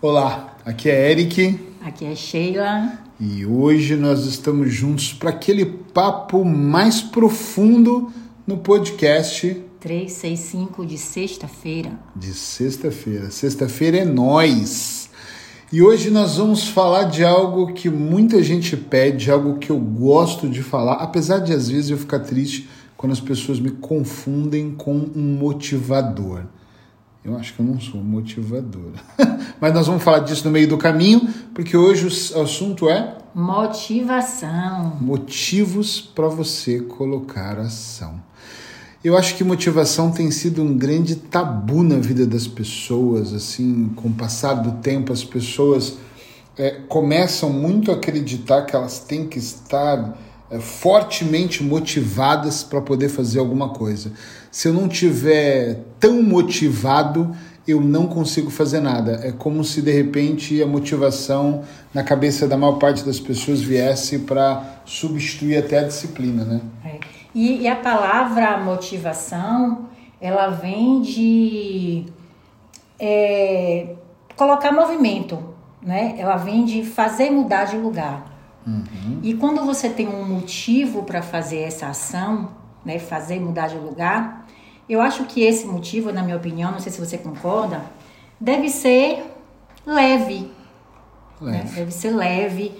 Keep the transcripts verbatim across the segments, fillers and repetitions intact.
Olá, aqui é Eric. Aqui é Sheila. E hoje nós estamos juntos para aquele papo mais profundo no podcast trezentos e sessenta e cinco de sexta-feira. De sexta-feira. Sexta-feira é nós. E hoje nós vamos falar de algo que muita gente pede, algo que eu gosto de falar, apesar de às vezes eu ficar triste quando as pessoas me confundem com um motivador. Eu acho que eu não sou motivadora. Mas nós vamos falar disso no meio do caminho, porque hoje o assunto é... motivação. Motivos para você colocar ação. Eu acho que motivação tem sido um grande tabu na vida das pessoas. Assim, com o passar do tempo, as pessoas é, começam muito a acreditar que elas têm que estar é, fortemente motivadas para poder fazer alguma coisa. Se eu não tiver tão motivado, eu não consigo fazer nada. É como se, de repente, a motivação na cabeça da maior parte das pessoas viesse para substituir até a disciplina, né? É. E, e a palavra motivação, ela vem de é, colocar movimento, né? Ela vem de fazer mudar de lugar. Uhum. E quando você tem um motivo para fazer essa ação, né, fazer mudar de lugar, eu acho que esse motivo, na minha opinião, não sei se você concorda, deve ser leve. leve. Né? Deve ser leve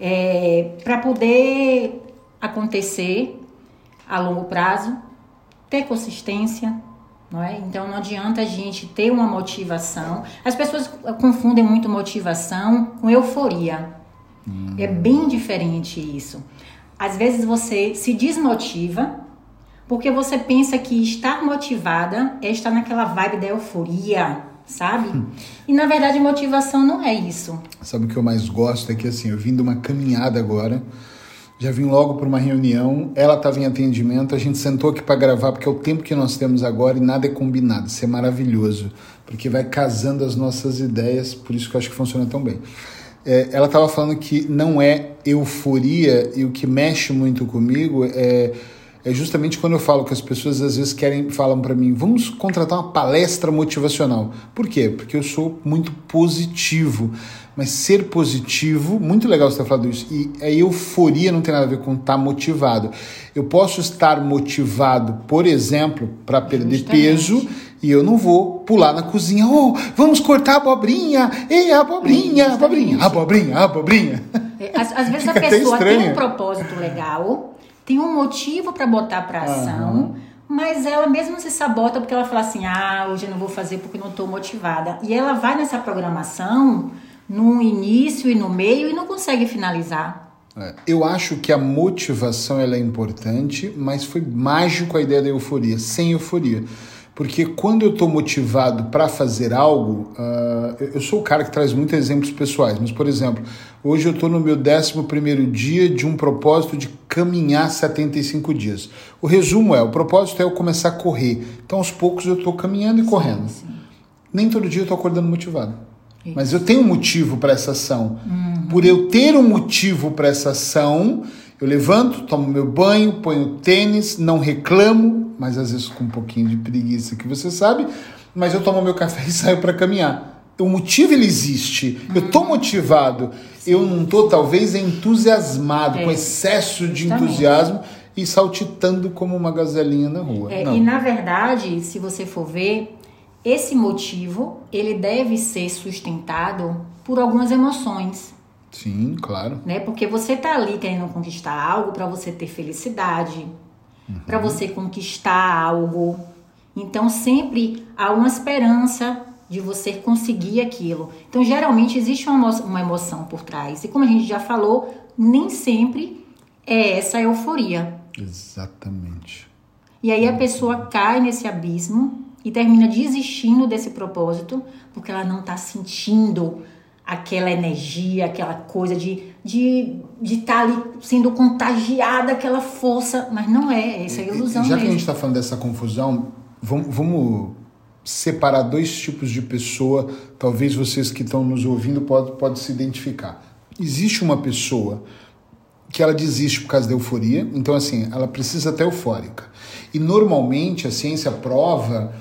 é, para poder acontecer a longo prazo, ter consistência, não é? Então não adianta a gente ter uma motivação. As pessoas confundem muito motivação com euforia. Hum. É bem diferente isso. Às vezes você se desmotiva porque você pensa que estar motivada é estar naquela vibe da euforia, sabe? Hum. E na verdade motivação não é isso. Sabe o que eu mais gosto? É que assim, eu vim de uma caminhada agora, já vim logo para uma reunião, ela estava em atendimento, a gente sentou aqui para gravar, porque é o tempo que nós temos agora e nada é combinado. Isso é maravilhoso, porque vai casando as nossas ideias, por isso que eu acho que funciona tão bem. É, ela estava falando que não é euforia, e o que mexe muito comigo é... É justamente quando eu falo que as pessoas às vezes querem, falam para mim, vamos contratar uma palestra motivacional. Por quê? Porque eu sou muito positivo. Mas ser positivo, muito legal você ter falado isso, e a euforia não tem nada a ver com estar motivado. Eu posso estar motivado, por exemplo, para perder justamente peso, e eu não vou pular na cozinha, oh, vamos cortar a abobrinha, ei, a abobrinha, a abobrinha, a abobrinha, a abobrinha. Às, às vezes a pessoa tem um propósito legal, tem um motivo para botar para ação, uhum. mas ela mesmo se sabota porque ela fala assim, ah, hoje eu não vou fazer porque não estou motivada. E ela vai nessa programação no início e no meio e não consegue finalizar. É, eu acho que a motivação ela é importante, mas foi mágico a ideia da euforia, sem euforia. Porque quando eu estou motivado para fazer algo, uh, eu sou o cara que traz muitos exemplos pessoais, mas, por exemplo, hoje eu estou no meu décimo primeiro dia de um propósito de caminhar setenta e cinco dias. O resumo é, o propósito é eu começar a correr. Então, aos poucos, eu estou caminhando e correndo. Sim, sim. Nem todo dia eu estou acordando motivado. Isso. Mas eu tenho um motivo para essa ação. Uhum. Por eu ter um motivo para essa ação, eu levanto, tomo meu banho, ponho tênis, não reclamo, mas às vezes com um pouquinho de preguiça, que você sabe, mas eu tomo meu café e saio para caminhar. O motivo, ele existe. Uhum. Eu estou motivado. Sim. Eu não estou, talvez, entusiasmado, é. com excesso de Justamente. entusiasmo e saltitando como uma gazelinha na rua. É, e, na verdade, se você for ver, esse motivo, ele deve ser sustentado por algumas emoções. Sim, claro. Né? Porque você tá ali querendo conquistar algo para você ter felicidade, uhum. para você conquistar algo. Então, sempre há uma esperança de você conseguir aquilo. Então, geralmente, existe uma emoção, uma emoção por trás. E como a gente já falou, nem sempre é essa euforia. Exatamente. E aí a pessoa cai nesse abismo e termina desistindo desse propósito porque ela não está sentindo aquela energia, aquela coisa de de de estar ali sendo contagiada, aquela força, mas não é, essa é a ilusão. Já mesmo. que a gente está falando dessa confusão, vamos, vamos separar dois tipos de pessoa, talvez vocês que estão nos ouvindo podem pode se identificar. Existe uma pessoa que ela desiste por causa da euforia, então assim, ela precisa estar eufórica. E normalmente a ciência prova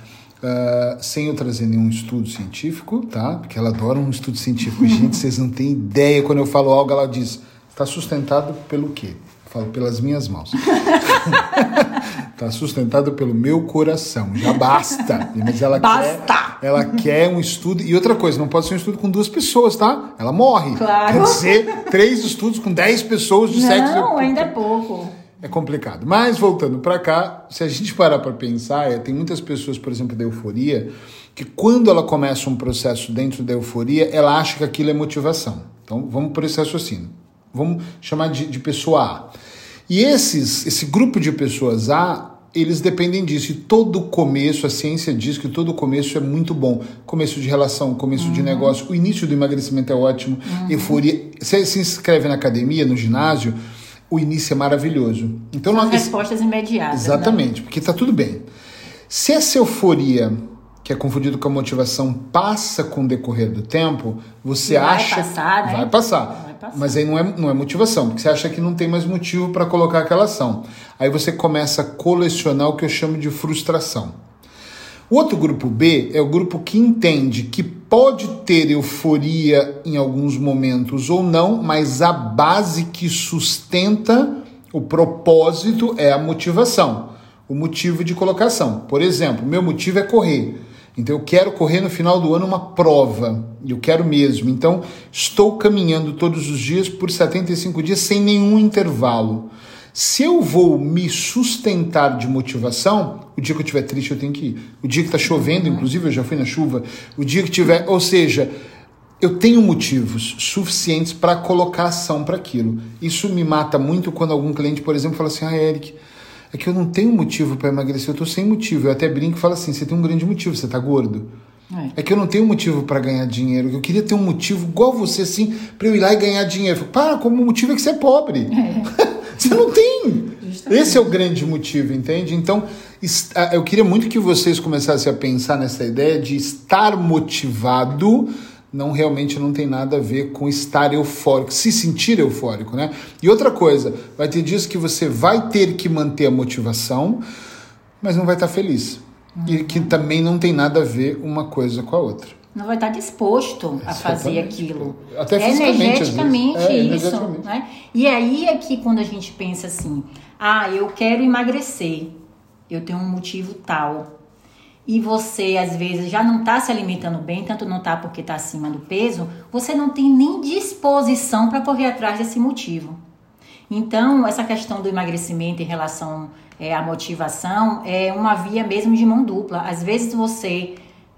Uh, sem eu trazer nenhum estudo científico, tá? Porque ela adora um estudo científico. Gente, vocês não têm ideia. Quando eu falo algo, ela diz, está sustentado pelo quê? Eu falo, pelas minhas mãos. Está sustentado pelo meu coração. Já basta. Mas ela basta! Quer, ela quer um estudo. E outra coisa, não pode ser um estudo com duas pessoas, tá? Ela morre. Claro. Quer dizer, três estudos com dez pessoas de não, sexo. Não, ainda é pouco. É complicado. Mas, voltando para cá, se a gente parar para pensar, é, tem muitas pessoas, por exemplo, da euforia, que quando ela começa um processo dentro da euforia, ela acha que aquilo é motivação. Então, vamos por esse raciocínio. Vamos chamar de, de pessoa A. E esses, esse grupo de pessoas A, eles dependem disso. E todo começo, a ciência diz que todo começo é muito bom. Começo de relação, começo uhum. de negócio, o início do emagrecimento é ótimo. Uhum. Euforia. Você se inscreve na academia, no ginásio, o início é maravilhoso. Então, São nós... respostas imediatas. Exatamente, né? porque está tudo bem. Se essa euforia, que é confundido com a motivação, passa com o decorrer do tempo, você vai acha... Passar, né? Vai passar, vai passar. Mas aí não é, não é motivação, porque você acha que não tem mais motivo para colocar aquela ação. Aí você começa a colecionar o que eu chamo de frustração. O outro grupo B é o grupo que entende que pode ter euforia em alguns momentos ou não, mas a base que sustenta o propósito é a motivação, o motivo de colocação. Por exemplo, meu motivo é correr. Então eu quero correr no final do ano uma prova, e eu quero mesmo. Então estou caminhando todos os dias por setenta e cinco dias sem nenhum intervalo. Se eu vou me sustentar de motivação, o dia que eu estiver triste eu tenho que ir. O dia que está chovendo, uhum. inclusive eu já fui na chuva, o dia que tiver... Ou seja, eu tenho motivos suficientes para colocar ação para aquilo. Isso me mata muito quando algum cliente, por exemplo, fala assim, ah, Eric, é que eu não tenho motivo para emagrecer, eu estou sem motivo. Eu até brinco e falo assim, você tem um grande motivo, você está gordo. É. é que eu não tenho motivo para ganhar dinheiro, eu queria ter um motivo igual você, assim, para eu ir lá e ganhar dinheiro. Eu falo, para, como o motivo é que você é pobre. É. Você não tem. Justamente. Esse é o grande motivo, entende? Então, eu queria muito que vocês começassem a pensar nessa ideia de estar motivado, não realmente não tem nada a ver com estar eufórico, se sentir eufórico, né? E outra coisa, vai ter dias que você vai ter que manter a motivação, mas não vai estar feliz. Uhum. E que também não tem nada a ver uma coisa com a outra. Não vai estar disposto a Exatamente. fazer aquilo. Até é energeticamente é, isso. energeticamente. Né? E aí é que quando a gente pensa assim, ah, eu quero emagrecer, eu tenho um motivo tal, e você às vezes já não está se alimentando bem, tanto não está porque está acima do peso, você não tem nem disposição para correr atrás desse motivo. Então, essa questão do emagrecimento em relação é, à motivação é uma via mesmo de mão dupla. Às vezes você...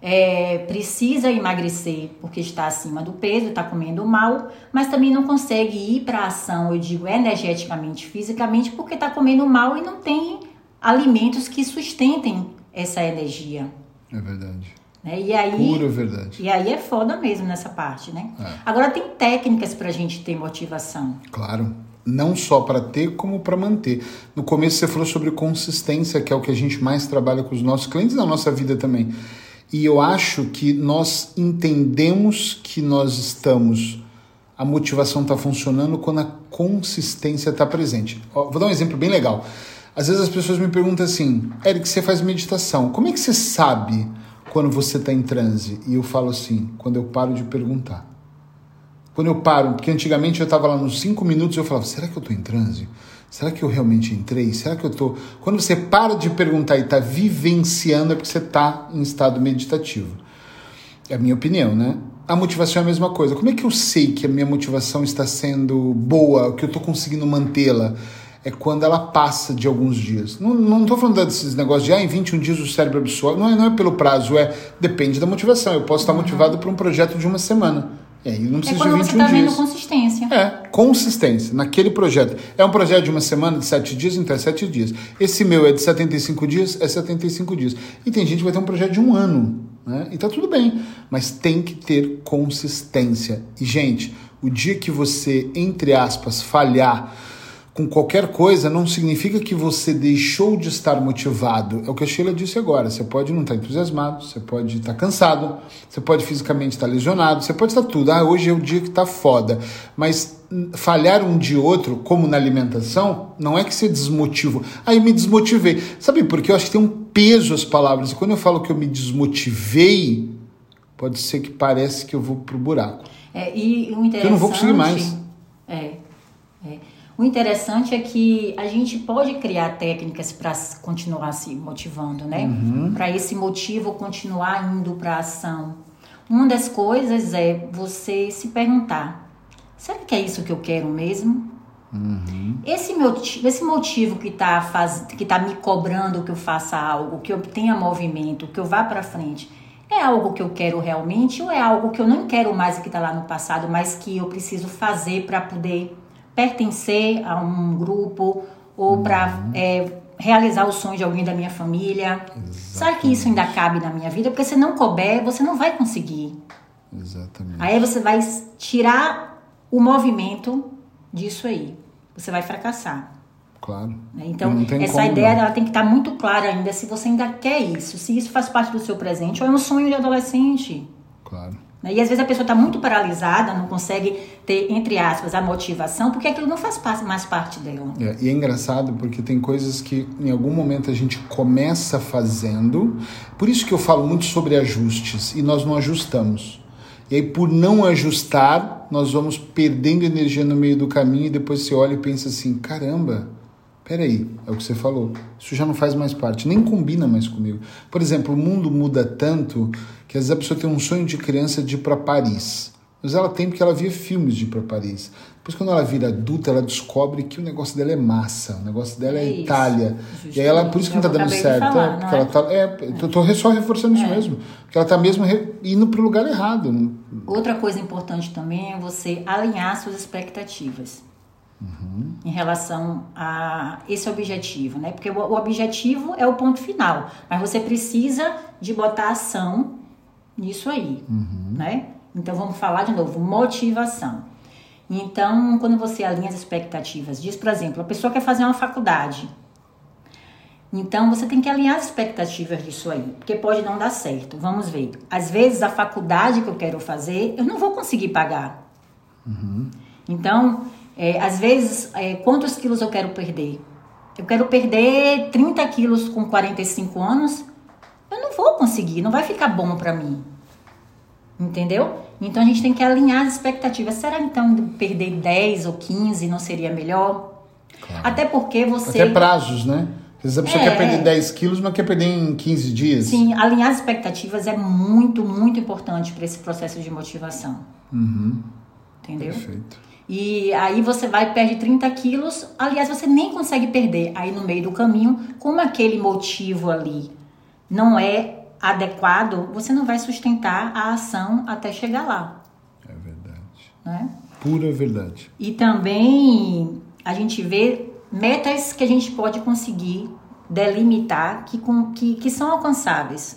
É, precisa emagrecer porque está acima do peso, está comendo mal, mas também não consegue ir para a ação, eu digo energeticamente, fisicamente, porque está comendo mal e não tem alimentos que sustentem essa energia. É verdade. Né? E aí, pura verdade. E aí é foda mesmo nessa parte, né? É. Agora tem técnicas para a gente ter motivação. Claro. Não só para ter, como para manter. No começo você falou sobre consistência, que é o que a gente mais trabalha com os nossos clientes na nossa vida também. E eu acho que nós entendemos que nós estamos... A motivação está funcionando quando a consistência está presente. Ó, vou dar um exemplo bem legal. Às vezes as pessoas me perguntam assim, Eric, você faz meditação. Como é que você sabe quando você está em transe? E eu falo assim, quando eu paro de perguntar. Quando eu paro, porque antigamente eu estava lá nos cinco minutos e eu falava, será que eu estou em transe? Será que eu realmente entrei? Será que eu estou... Quando você para de perguntar e está vivenciando, é porque você está em estado meditativo. É a minha opinião, né? A motivação é a mesma coisa. Como é que eu sei que a minha motivação está sendo boa, que eu estou conseguindo mantê-la? É quando ela passa de alguns dias. Não estou falando desses negócios de, ah, em vinte e um dias o cérebro absorve. Não é, não é pelo prazo, é... Depende da motivação. Eu posso estar motivado por um projeto de uma semana. É, não é quando você está vendo consistência. É, consistência naquele projeto. É um projeto de uma semana, de sete dias, então é sete dias. Esse meu é de setenta e cinco dias, é setenta e cinco dias. E tem gente que vai ter um projeto de um ano, né? E tá tudo bem, mas tem que ter consistência. E, gente, o dia que você, entre aspas, falhar com qualquer coisa, não significa que você deixou de estar motivado. É o que a Sheila disse agora. Você pode não estar entusiasmado, você pode estar cansado, você pode fisicamente estar lesionado, você pode estar tudo. Ah, hoje é o dia que está foda. Mas falhar um dia ou outro, como na alimentação, não é que você desmotiva. Ah, eu me desmotivei. Sabe por quê? Eu acho que tem um peso as palavras. E quando eu falo que eu me desmotivei, pode ser que parece que eu vou pro buraco. É, e o interessante... Eu não vou conseguir mais. É, é. O interessante é que a gente pode criar técnicas para continuar se motivando, né? Uhum. Para esse motivo continuar indo para a ação. Uma das coisas é você se perguntar: será que é isso que eu quero mesmo? Uhum. Esse, meu, esse motivo que está faz, que tá me cobrando que eu faça algo, que eu tenha movimento, que eu vá para frente, é algo que eu quero realmente ou é algo que eu não quero mais que está lá no passado, mas que eu preciso fazer para poder pertencer a um grupo ou para uhum. é, realizar o sonho de alguém da minha família? Exatamente. Será que isso ainda cabe na minha vida? Porque se não couber, você não vai conseguir. Exatamente. Aí você vai tirar o disso aí. Você vai fracassar. Claro. Então, essa como, ideia ela tem que estar muito clara ainda se você ainda quer isso, se isso faz parte do seu presente ou é um sonho de adolescente. Claro. E às vezes a pessoa está muito paralisada, não consegue ter, entre aspas, a motivação, porque aquilo não faz mais parte dela. É, e é engraçado porque tem coisas que em algum momento a gente começa fazendo, por isso que eu falo muito sobre ajustes, e nós não ajustamos. E aí, por não ajustar, nós vamos perdendo energia no meio do caminho e depois você olha e pensa assim, caramba, peraí, é o que você falou, isso já não faz mais parte, nem combina mais comigo. Por exemplo, o mundo muda tanto que às vezes a pessoa tem um sonho de criança de ir para Paris, mas ela tem porque ela via filmes de ir para Paris. Depois, quando ela vira adulta, ela descobre que o negócio dela é massa, o negócio dela é, é Itália. Justamente. E aí ela, por isso que não está dando certo. Falar, é, porque é? Ela tá, é, é. Tô só reforçando é. isso mesmo. Porque ela está mesmo indo para o lugar errado. Outra coisa importante também é você alinhar suas expectativas. Uhum. Em relação a esse objetivo, né? Porque o, o objetivo é o ponto final, mas você precisa de botar ação nisso aí, uhum. né? Então vamos falar de novo, motivação. Então, quando você alinha as expectativas, diz, por exemplo, a pessoa quer fazer uma faculdade. Então, você tem que alinhar as expectativas disso aí, porque pode não dar certo. Vamos ver. Às vezes, a faculdade que eu quero fazer, eu não vou conseguir pagar. Uhum. Então, é, às vezes, é, quantos quilos eu quero perder? Eu quero perder trinta quilos com quarenta e cinco anos, eu não vou conseguir, não vai ficar bom para mim. Entendeu? Então a gente tem que alinhar as expectativas. Será então perder dez ou quinze não seria melhor? Claro. Até porque você... Até prazos, né? Às vezes a pessoa é, quer perder dez quilos, mas quer perder em quinze dias. Sim, alinhar as expectativas é muito, muito importante para esse processo de motivação. Uhum. Entendeu? Perfeito. E aí você vai e perde trinta quilos, aliás, você nem consegue perder. Aí no meio do caminho, como aquele motivo ali não é adequado, você não vai sustentar a ação até chegar lá. É verdade. Né? Pura verdade. E também a gente vê metas que a gente pode conseguir delimitar que, com, que, que são alcançáveis.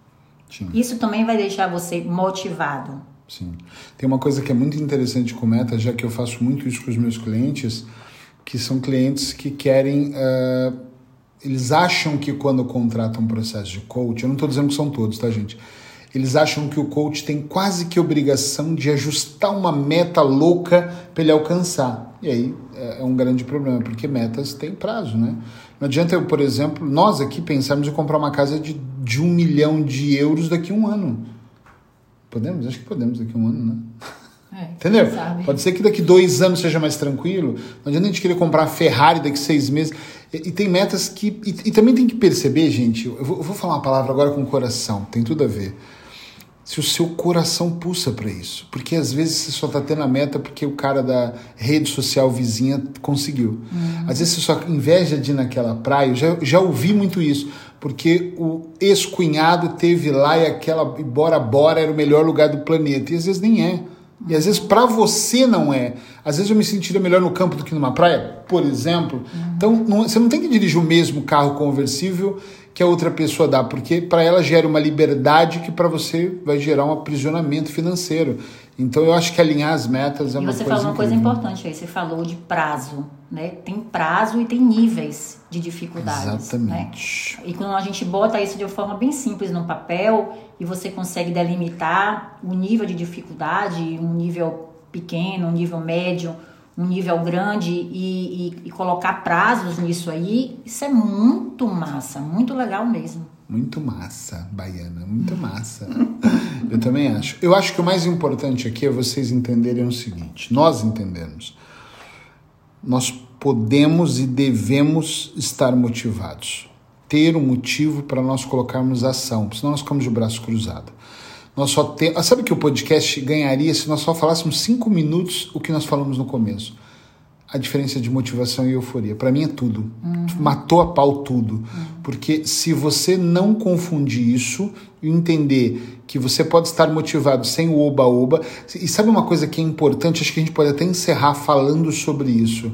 Sim. Isso também vai deixar você motivado. Sim. Tem uma coisa que é muito interessante com meta, já que eu faço muito isso com os meus clientes, que são clientes que querem... Uh, eles acham que quando contratam um processo de coach, eu não estou dizendo que são todos, tá, gente? Eles acham que o coach tem quase que obrigação de ajustar uma meta louca para ele alcançar. E aí é um grande problema, porque metas têm prazo, né? Não adianta eu, por exemplo, nós aqui pensarmos em comprar uma casa de, de um milhão de euros daqui a um ano. Podemos? Acho que podemos daqui a um ano, né? É, entendeu? Sabe. Pode ser que daqui dois anos seja mais tranquilo. Não adianta a gente querer comprar a Ferrari daqui seis meses. E, e tem metas que... E, e também tem que perceber, gente, eu vou, eu vou falar uma palavra agora com o coração, tem tudo a ver. Se o seu coração pulsa para isso. Porque às vezes você só tá tendo a meta porque o cara da rede social vizinha conseguiu. Uhum. Às vezes você só inveja de ir naquela praia. Eu já, já ouvi muito isso. Porque o ex-cunhado teve lá e aquela e Bora Bora era o melhor lugar do planeta. E às vezes nem é. E às vezes para você não é. Às vezes eu me sentiria melhor no campo do que numa praia, por exemplo. Uhum. Então não, você não tem que dirigir o mesmo carro conversível que a outra pessoa dá, porque para ela gera uma liberdade que para você vai gerar um aprisionamento financeiro. Então eu acho que alinhar as metas é uma coisa E você falou uma coisa incrível. importante aí, você falou de prazo, né? Tem prazo e tem níveis de dificuldades. Exatamente. Né? E quando a gente bota isso de uma forma bem simples no papel e você consegue delimitar o nível de dificuldade, um nível pequeno, um nível médio, um nível grande e, e, e colocar prazos nisso aí, isso é muito massa, muito legal mesmo. Muito massa, Baiana, muito massa. Eu também acho. Eu acho que o mais importante aqui é vocês entenderem o seguinte, nós entendemos. Nós podemos e devemos estar motivados. Ter um motivo para nós colocarmos ação, senão nós ficamos de braço cruzado. Nós só tem... Sabe que o podcast ganharia se nós só falássemos cinco minutos o que nós falamos no começo? A diferença de motivação e euforia. Para mim é tudo. Uhum. Matou a pau tudo. Uhum. Porque se você não confundir isso e entender que você pode estar motivado sem o oba-oba... E sabe uma coisa que é importante? Acho que a gente pode até encerrar falando sobre isso.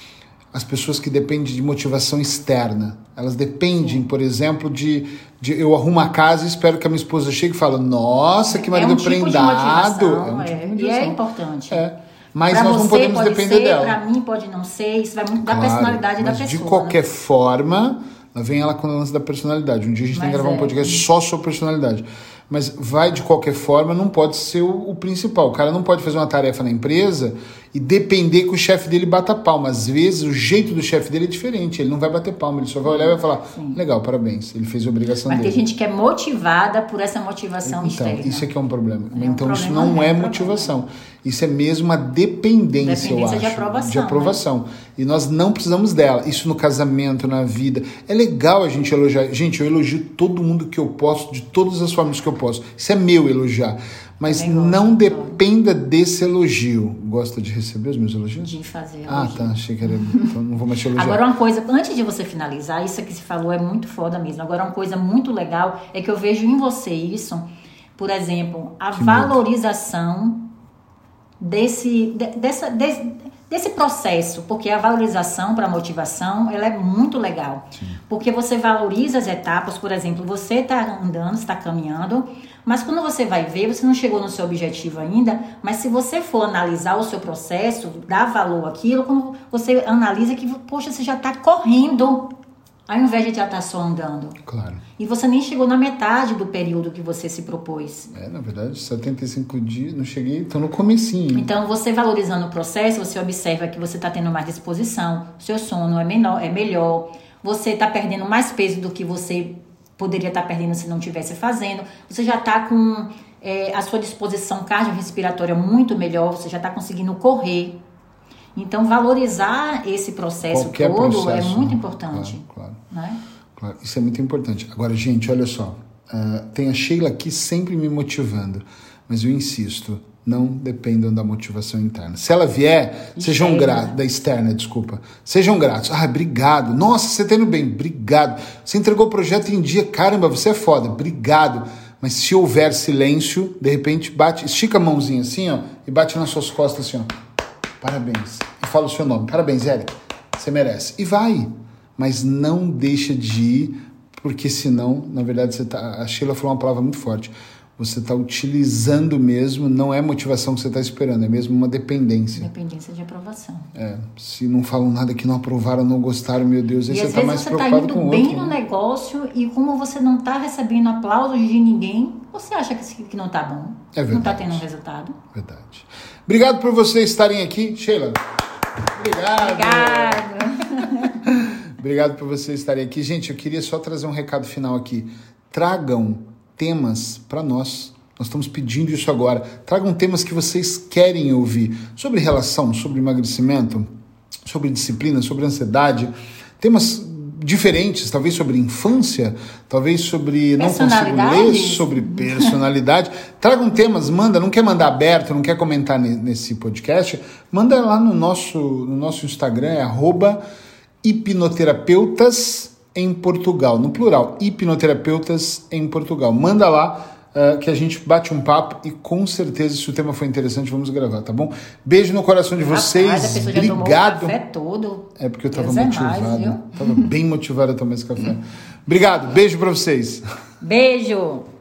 As pessoas que dependem de motivação externa. Elas dependem, por exemplo, de, de eu arrumo a casa e espero que a minha esposa chegue e fale, nossa, que marido é um tipo prendado. De motivação, é um tipo é, de motivação. E é importante. É. Mas pra nós não podemos pode depender ser, dela. Para mim pode não ser, isso vai muito Claro, da personalidade da mas pessoa. de qualquer né? forma, lá vem ela com o lance da personalidade. Um dia a gente mas tem que gravar é. um podcast só sobre personalidade. Mas vai de qualquer forma, não pode ser o, o principal. O cara não pode fazer uma tarefa na empresa e depender que o chefe dele bata palma. Às vezes o jeito do chefe dele é diferente. Ele não vai bater palma, ele só vai olhar e vai falar, Sim. legal, parabéns, ele fez a obrigação Mas dele. Mas tem gente que é motivada por essa motivação então, externa. Isso aqui é um problema. É um então problema, isso não é, é motivação. Problema. Isso é mesmo uma dependência, dependência eu acho. de aprovação. De aprovação. Né? E nós não precisamos dela. Isso no casamento, na vida. É legal a gente elogiar. Gente, eu elogio todo mundo que eu posso, de todas as formas que eu posso. Isso é meu elogiar. Mas gosto, não dependa desse elogio. Gosta de receber os meus elogios? De fazer elogio. Ah, tá. Achei que era... Então não vou mais te elogiar. Agora uma coisa, antes de você finalizar, isso que você falou é muito foda mesmo. Agora uma coisa muito legal é que eu vejo em você isso. Por exemplo, a que valorização medo. desse... De, dessa, desse desse processo, porque a valorização para a motivação, ela é muito legal. Sim. Porque você valoriza as etapas, por exemplo, você está andando, está caminhando, mas quando você vai ver, você não chegou no seu objetivo ainda, mas se você for analisar o seu processo, dar valor àquilo, quando você analisa que, poxa, você já está correndo, ao invés de já estar só andando. Claro. E você nem chegou na metade do período que você se propôs. É, na verdade, setenta e cinco dias, não cheguei, estou no comecinho. Então, você valorizando o processo, você observa que você está tendo mais disposição, seu sono é, menor, é melhor, você está perdendo mais peso do que você poderia estar tá perdendo se não estivesse fazendo, você já está com é, a sua disposição cardiorrespiratória muito melhor, você já está conseguindo correr. Então, valorizar esse processo Qualquer todo processo, é muito né? importante. Claro, claro. Né? Claro, isso é muito importante. Agora, gente, olha só. Uh, tem a Sheila aqui sempre me motivando. Mas eu insisto, não dependam da motivação interna. Se ela vier, externa. sejam gratos. Da externa, desculpa. Sejam gratos. Ah, obrigado. Nossa, você tá indo bem. Obrigado. Você entregou o projeto em dia. Caramba, você é foda. Obrigado. Mas se houver silêncio, de repente bate, estica a mãozinha assim, ó, e bate nas suas costas assim, ó. Parabéns. E fala o seu nome. Parabéns, Eric. Você merece. E vai. Mas não deixa de ir, porque senão, na verdade, você tá... a Sheila falou uma palavra muito forte. Você está utilizando mesmo, não é motivação que você está esperando, é mesmo uma dependência. Dependência de aprovação. É. Se não falam nada que não aprovaram, não gostaram, meu Deus, aí e você está mais você preocupado tá com o outro. E às vezes você está indo bem no negócio e como você não está recebendo aplausos de ninguém, você acha que, que não está bom. É verdade. Não está tendo um resultado. Verdade. Obrigado por vocês estarem aqui. Sheila. Obrigado. Obrigado. Obrigado por vocês estarem aqui. Gente, eu queria só trazer um recado final aqui. Tragam temas para nós. Nós estamos pedindo isso agora. Tragam temas que vocês querem ouvir. Sobre relação, sobre emagrecimento, sobre disciplina, sobre ansiedade. Temas diferentes, talvez sobre infância, talvez sobre não consigo ler, sobre personalidade. Tragam temas, manda, não quer mandar aberto, não quer comentar nesse podcast, manda lá no nosso, no nosso Instagram, é arroba hipnoterapeutas em Portugal, no plural, hipnoterapeutas em Portugal. Manda lá uh, que a gente bate um papo e com certeza, se o tema for interessante, vamos gravar, tá bom? Beijo no coração de vocês. Rapaz, a pessoa já obrigado. tomou o café todo. É porque eu tava Deus motivado. É mais, tava bem motivado a tomar esse café. Obrigado, beijo pra vocês. Beijo.